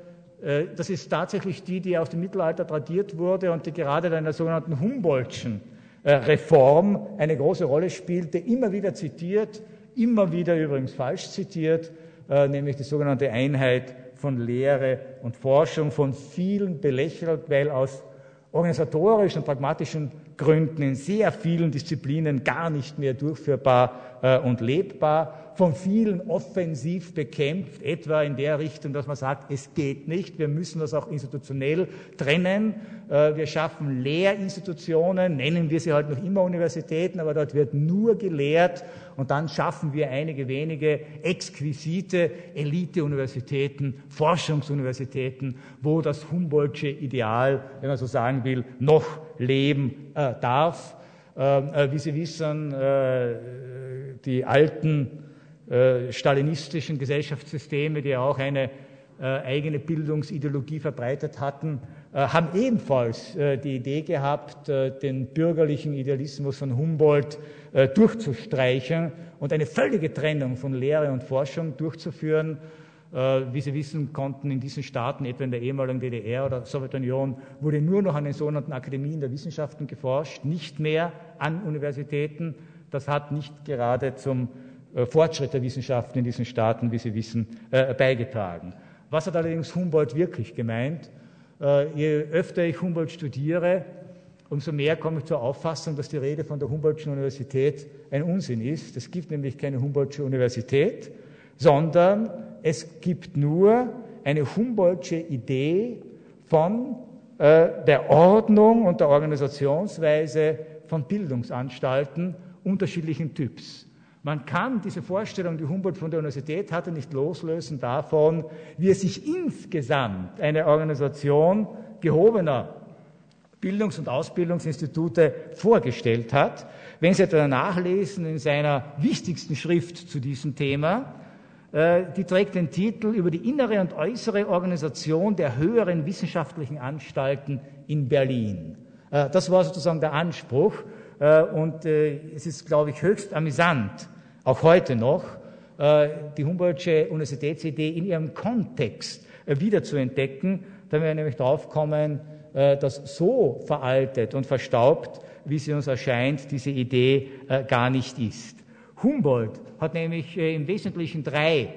das ist tatsächlich die, die aus dem Mittelalter tradiert wurde und die gerade in der sogenannten Humboldtschen Reform eine große Rolle spielte, immer wieder zitiert, immer wieder übrigens falsch zitiert, nämlich die sogenannte Einheit von Lehre und Forschung, von vielen belächelt, weil aus organisatorischen und pragmatischen Gründen in sehr vielen Disziplinen gar nicht mehr durchführbar und lebbar, von vielen offensiv bekämpft, etwa in der Richtung, dass man sagt, es geht nicht, wir müssen das auch institutionell trennen, wir schaffen Lehrinstitutionen, nennen wir sie halt noch immer Universitäten, aber dort wird nur gelehrt und dann schaffen wir einige wenige exquisite Elite-Universitäten, Forschungsuniversitäten, wo das Humboldtsche Ideal, wenn man so sagen will, noch leben äh, darf. Äh, wie Sie wissen, äh, die alten äh, stalinistischen Gesellschaftssysteme, die auch eine äh, eigene Bildungsideologie verbreitet hatten, äh, haben ebenfalls äh, die Idee gehabt, äh, den bürgerlichen Idealismus von Humboldt äh, durchzustreichen und eine völlige Trennung von Lehre und Forschung durchzuführen. Äh, wie Sie wissen, konnten in diesen Staaten, etwa in der ehemaligen D D R oder Sowjetunion, wurde nur noch an den sogenannten Akademien der Wissenschaften geforscht, nicht mehr an Universitäten. Das hat nicht gerade zum äh, Fortschritt der Wissenschaften in diesen Staaten, wie Sie wissen, äh, beigetragen. Was hat allerdings Humboldt wirklich gemeint? Äh, je öfter ich Humboldt studiere, umso mehr komme ich zur Auffassung, dass die Rede von der Humboldtschen Universität ein Unsinn ist. Es gibt nämlich keine Humboldtsche Universität, sondern es gibt nur eine Humboldtsche Idee von äh, der Ordnung und der Organisationsweise von Bildungsanstalten unterschiedlichen Typs. Man kann diese Vorstellung, die Humboldt von der Universität hatte, nicht loslösen davon, wie es sich insgesamt eine Organisation gehobener Bildungs- und Ausbildungsinstitute vorgestellt hat. Wenn Sie etwa nachlesen in seiner wichtigsten Schrift zu diesem Thema, äh, die trägt den Titel über die innere und äußere Organisation der höheren wissenschaftlichen Anstalten in Berlin. Äh, das war sozusagen der Anspruch. Und äh, es ist, glaube ich, höchst amüsant, auch heute noch, äh, die Humboldtsche Universitätsidee in ihrem Kontext äh, wiederzuentdecken, da wir nämlich draufkommen, äh, dass so veraltet und verstaubt wie sie uns erscheint, diese Idee äh, gar nicht ist. Humboldt hat nämlich äh, im Wesentlichen drei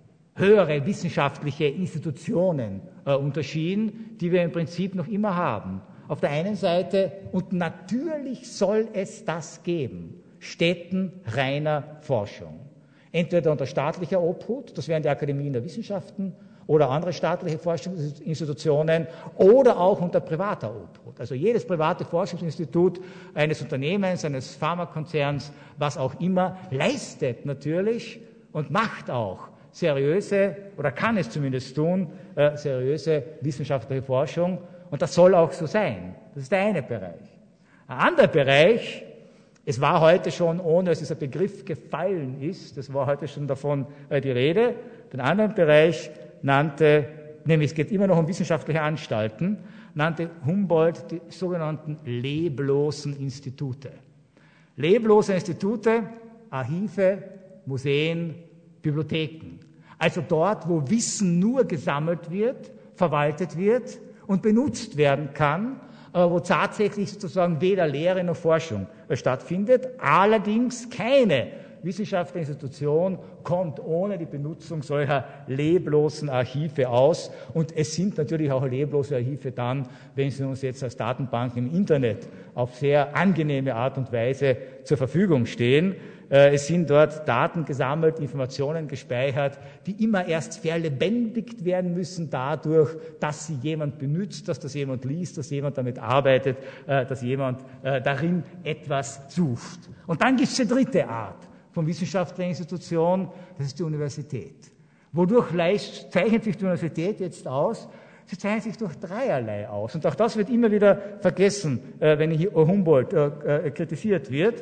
höhere wissenschaftliche Institutionen äh, unterschieden, die wir im Prinzip noch immer haben. Auf der einen Seite, und natürlich soll es das geben, Stätten reiner Forschung. Entweder unter staatlicher Obhut, das wären die Akademien der Wissenschaften, oder andere staatliche Forschungsinstitutionen, oder auch unter privater Obhut. Also jedes private Forschungsinstitut eines Unternehmens, eines Pharmakonzerns, was auch immer, leistet natürlich und macht auch seriöse, oder kann es zumindest tun, äh, seriöse wissenschaftliche Forschung. Und das soll auch so sein. Das ist der eine Bereich. Ein anderer Bereich, es war heute schon, ohne dass dieser Begriff gefallen ist, es war heute schon davon äh, die Rede, den anderen Bereich nannte, nämlich es geht immer noch um wissenschaftliche Anstalten, nannte Humboldt die sogenannten leblosen Institute. Leblose Institute, Archive, Museen, Bibliotheken. Also dort, wo Wissen nur gesammelt wird, verwaltet wird und benutzt werden kann, aber wo tatsächlich sozusagen weder Lehre noch Forschung stattfindet, allerdings keine wissenschaftliche Institution kommt ohne die Benutzung solcher leblosen Archive aus. Und es sind natürlich auch leblose Archive dann, wenn sie uns jetzt als Datenbank im Internet auf sehr angenehme Art und Weise zur Verfügung stehen. Es sind dort Daten gesammelt, Informationen gespeichert, die immer erst verlebendigt werden müssen dadurch, dass sie jemand benutzt, dass das jemand liest, dass jemand damit arbeitet, dass jemand darin etwas sucht. Und dann gibt es die dritte Art von wissenschaftlicher Institution, das ist die Universität. Wodurch zeichnet sich die Universität jetzt aus? Sie zeichnet sich durch dreierlei aus. Und auch das wird immer wieder vergessen, wenn hier Humboldt kritisiert wird.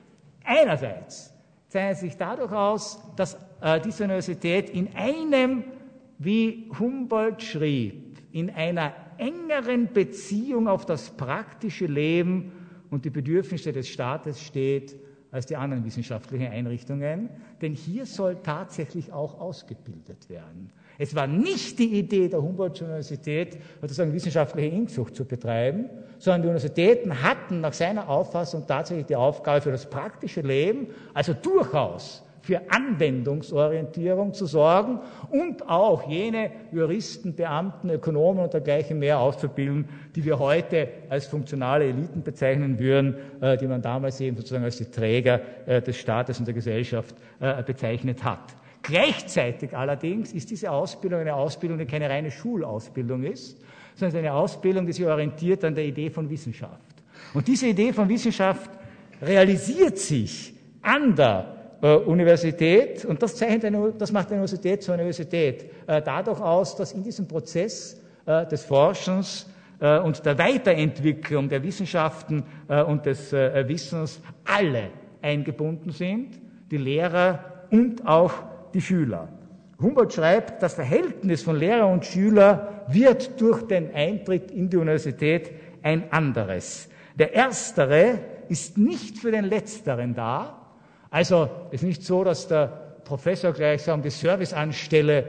Einerseits zeichnet sich dadurch aus, dass äh, diese Universität in einem, wie Humboldt schrieb, in einer engeren Beziehung auf das praktische Leben und die Bedürfnisse des Staates steht als die anderen wissenschaftlichen Einrichtungen, denn hier soll tatsächlich auch ausgebildet werden. Es war nicht die Idee der Humboldtschen Universität, sozusagen wissenschaftliche Inzucht zu betreiben, sondern die Universitäten hatten nach seiner Auffassung tatsächlich die Aufgabe für das praktische Leben, also durchaus für Anwendungsorientierung zu sorgen und auch jene Juristen, Beamten, Ökonomen und dergleichen mehr auszubilden, die wir heute als funktionale Eliten bezeichnen würden, äh, die man damals eben sozusagen als die Träger äh, des Staates und der Gesellschaft äh, bezeichnet hat. Gleichzeitig allerdings ist diese Ausbildung eine Ausbildung, die keine reine Schulausbildung ist, sondern eine Ausbildung, die sich orientiert an der Idee von Wissenschaft. Und diese Idee von Wissenschaft realisiert sich an der äh, Universität, und das, zeichnet eine, das macht eine Universität zu einer Universität, äh, dadurch aus, dass in diesem Prozess äh, des Forschens äh, und der Weiterentwicklung der Wissenschaften äh, und des äh, Wissens alle eingebunden sind, die Lehrer und auch die Schüler. Humboldt schreibt, das Verhältnis von Lehrer und Schüler wird durch den Eintritt in die Universität ein anderes. Der Erstere ist nicht für den Letzteren da. Also es ist nicht so, dass der Professor gleichsam die Serviceanstelle,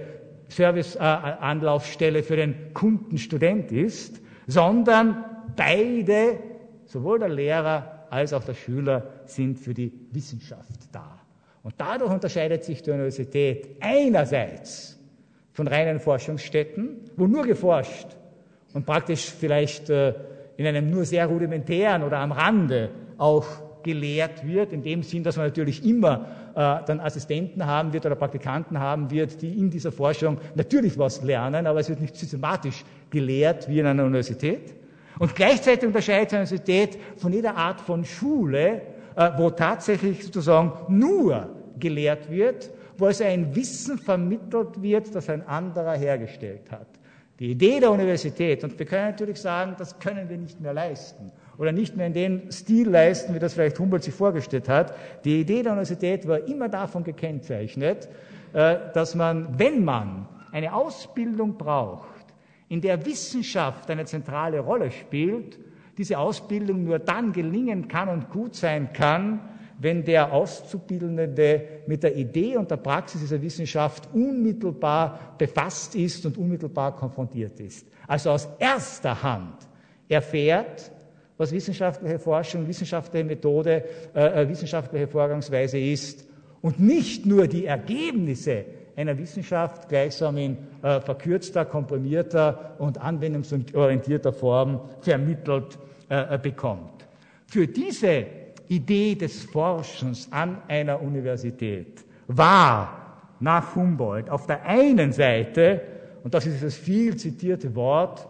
Serviceanlaufstelle für den Kundenstudent ist, sondern beide, sowohl der Lehrer als auch der Schüler, sind für die Wissenschaft da. Und dadurch unterscheidet sich die Universität einerseits von reinen Forschungsstätten, wo nur geforscht und praktisch vielleicht äh, in einem nur sehr rudimentären oder am Rande auch gelehrt wird, in dem Sinn, dass man natürlich immer äh, dann Assistenten haben wird oder Praktikanten haben wird, die in dieser Forschung natürlich was lernen, aber es wird nicht systematisch gelehrt wie in einer Universität. Und gleichzeitig unterscheidet sich eine Universität von jeder Art von Schule, wo tatsächlich sozusagen nur gelehrt wird, wo also ein Wissen vermittelt wird, das ein anderer hergestellt hat. Die Idee der Universität, und wir können natürlich sagen, das können wir nicht mehr leisten oder nicht mehr in dem Stil leisten, wie das vielleicht Humboldt sich vorgestellt hat. Die Idee der Universität war immer davon gekennzeichnet, dass man, wenn man eine Ausbildung braucht, in der Wissenschaft eine zentrale Rolle spielt, diese Ausbildung nur dann gelingen kann und gut sein kann, wenn der Auszubildende mit der Idee und der Praxis dieser Wissenschaft unmittelbar befasst ist und unmittelbar konfrontiert ist. Also aus erster Hand erfährt, was wissenschaftliche Forschung, wissenschaftliche Methode, äh, wissenschaftliche Vorgangsweise ist und nicht nur die Ergebnisse einer Wissenschaft gleichsam in äh, verkürzter, komprimierter und anwendungsorientierter Form vermittelt äh, bekommt. Für diese Idee des Forschens an einer Universität war nach Humboldt auf der einen Seite, und das ist das viel zitierte Wort,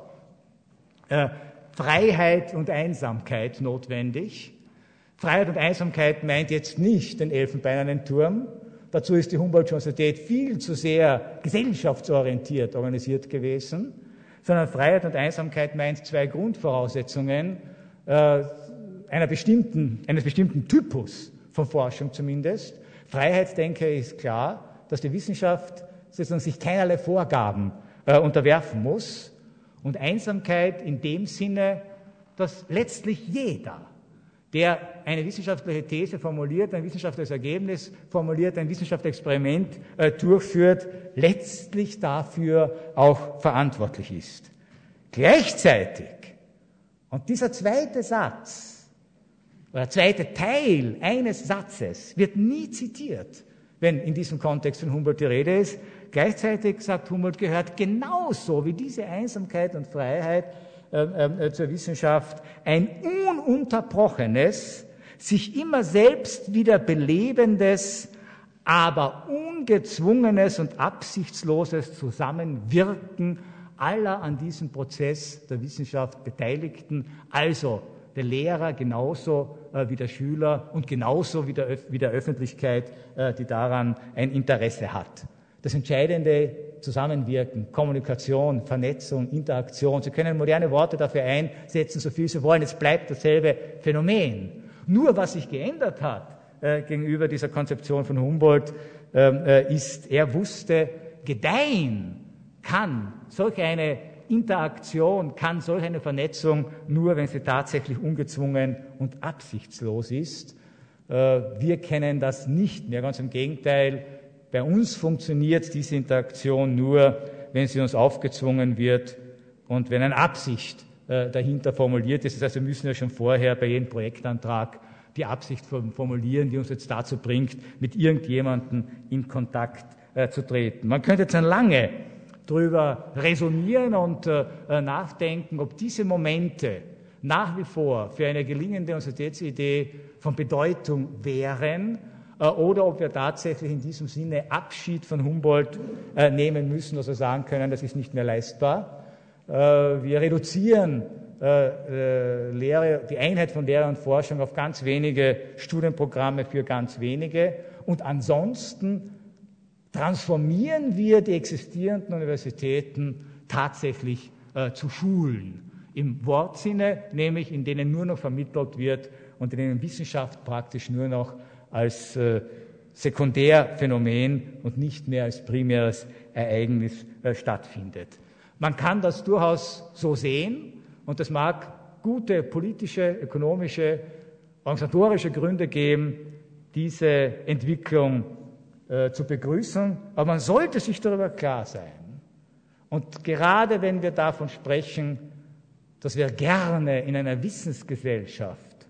äh, Freiheit und Einsamkeit notwendig. Freiheit und Einsamkeit meint jetzt nicht den elfenbeinernen Turm. Dazu ist die Humboldt-Universität viel zu sehr gesellschaftsorientiert organisiert gewesen, sondern Freiheit und Einsamkeit meint zwei Grundvoraussetzungen äh, einer bestimmten, eines bestimmten Typus von Forschung zumindest. Freiheit, denke ich, ist klar, dass die Wissenschaft sozusagen sich keinerlei Vorgaben äh, unterwerfen muss. Und Einsamkeit in dem Sinne, dass letztlich jeder, der eine wissenschaftliche These formuliert, ein wissenschaftliches Ergebnis formuliert, ein wissenschaftliches Experiment äh, durchführt, letztlich dafür auch verantwortlich ist. Gleichzeitig, und dieser zweite Satz, oder zweite Teil eines Satzes wird nie zitiert, wenn in diesem Kontext von Humboldt die Rede ist. Gleichzeitig, sagt Humboldt, gehört genauso wie diese Einsamkeit und Freiheit äh, äh, zur Wissenschaft ein ununterbrochenes, sich immer selbst wieder belebendes, aber ungezwungenes und absichtsloses Zusammenwirken aller an diesem Prozess der Wissenschaft Beteiligten, also der Lehrer genauso äh, wie der Schüler und genauso wie der, wie der Öffentlichkeit, äh, die daran ein Interesse hat. Das entscheidende Zusammenwirken, Kommunikation, Vernetzung, Interaktion. Sie können moderne Worte dafür einsetzen, so viel Sie wollen. Es bleibt dasselbe Phänomen. Nur was sich geändert hat äh, gegenüber dieser Konzeption von Humboldt, äh, ist, er wusste, gedeihen kann solch eine Interaktion, kann solch eine Vernetzung nur, wenn sie tatsächlich ungezwungen und absichtslos ist. Äh, wir kennen das nicht mehr, ganz im Gegenteil. Bei uns funktioniert diese Interaktion nur, wenn sie uns aufgezwungen wird und wenn eine Absicht äh, dahinter formuliert ist. Das heißt, wir müssen ja schon vorher bei jedem Projektantrag die Absicht formulieren, die uns jetzt dazu bringt, mit irgendjemandem in Kontakt äh, zu treten. Man könnte jetzt dann lange darüber resonieren und äh, nachdenken, ob diese Momente nach wie vor für eine gelingende Universitätsidee von Bedeutung wären, oder ob wir tatsächlich in diesem Sinne Abschied von Humboldt äh, nehmen müssen, dass wir sagen können, das ist nicht mehr leistbar. Äh, wir reduzieren äh, äh, Lehre, die Einheit von Lehre und Forschung auf ganz wenige Studienprogramme für ganz wenige und ansonsten transformieren wir die existierenden Universitäten tatsächlich äh, zu Schulen. Im Wortsinne, nämlich in denen nur noch vermittelt wird und in denen Wissenschaft praktisch nur noch als äh, Sekundärphänomen und nicht mehr als primäres Ereignis äh, stattfindet. Man kann das durchaus so sehen und es mag gute politische, ökonomische, organisatorische Gründe geben, diese Entwicklung äh, zu begrüßen, aber man sollte sich darüber klar sein. Und gerade wenn wir davon sprechen, dass wir gerne in einer Wissensgesellschaft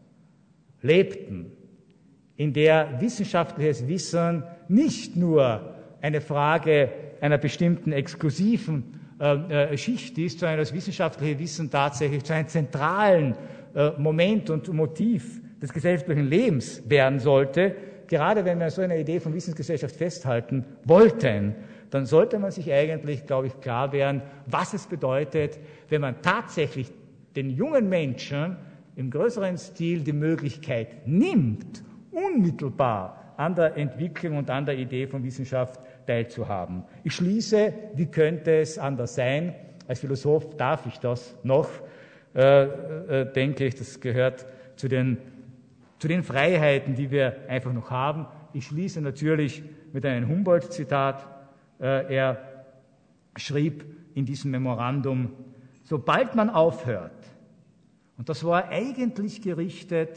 lebten, in der wissenschaftliches Wissen nicht nur eine Frage einer bestimmten exklusiven äh, Schicht ist, sondern das wissenschaftliche Wissen tatsächlich zu einem zentralen äh, Moment und Motiv des gesellschaftlichen Lebens werden sollte. Gerade wenn wir so eine Idee von Wissensgesellschaft festhalten wollten, dann sollte man sich eigentlich, glaube ich, klar werden, was es bedeutet, wenn man tatsächlich den jungen Menschen im größeren Stil die Möglichkeit nimmt, unmittelbar an der Entwicklung und an der Idee von Wissenschaft teilzuhaben. Ich schließe, wie könnte es anders sein? Als Philosoph darf ich das noch, äh, äh, denke ich, das gehört zu den, zu den Freiheiten, die wir einfach noch haben. Ich schließe natürlich mit einem Humboldt-Zitat. Äh, er schrieb in diesem Memorandum, sobald man aufhört, und das war eigentlich gerichtet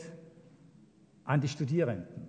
an die Studierenden,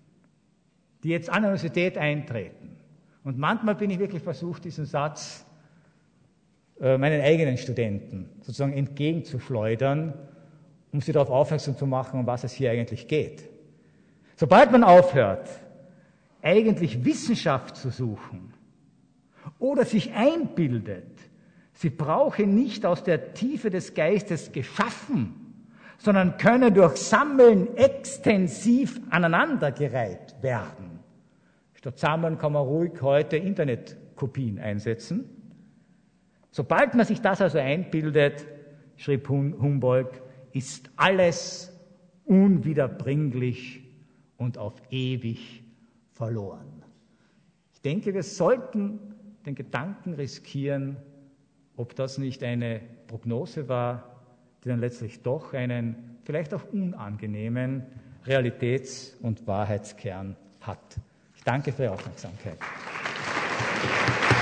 die jetzt an der Universität eintreten. Und manchmal bin ich wirklich versucht, diesen Satz äh, meinen eigenen Studenten sozusagen entgegenzuschleudern um sie darauf aufmerksam zu machen, um was es hier eigentlich geht. Sobald man aufhört, eigentlich Wissenschaft zu suchen oder sich einbildet, sie brauche nicht aus der Tiefe des Geistes geschaffen, sondern könne durch Sammeln extensiv aneinandergereiht werden. Statt Sammeln kann man ruhig heute Internetkopien einsetzen. Sobald man sich das also einbildet, schrieb Humboldt, ist alles unwiederbringlich und auf ewig verloren. Ich denke, wir sollten den Gedanken riskieren, ob das nicht eine Prognose war, die dann letztlich doch einen vielleicht auch unangenehmen Realitäts- und Wahrheitskern hat. Ich danke für Ihre Aufmerksamkeit.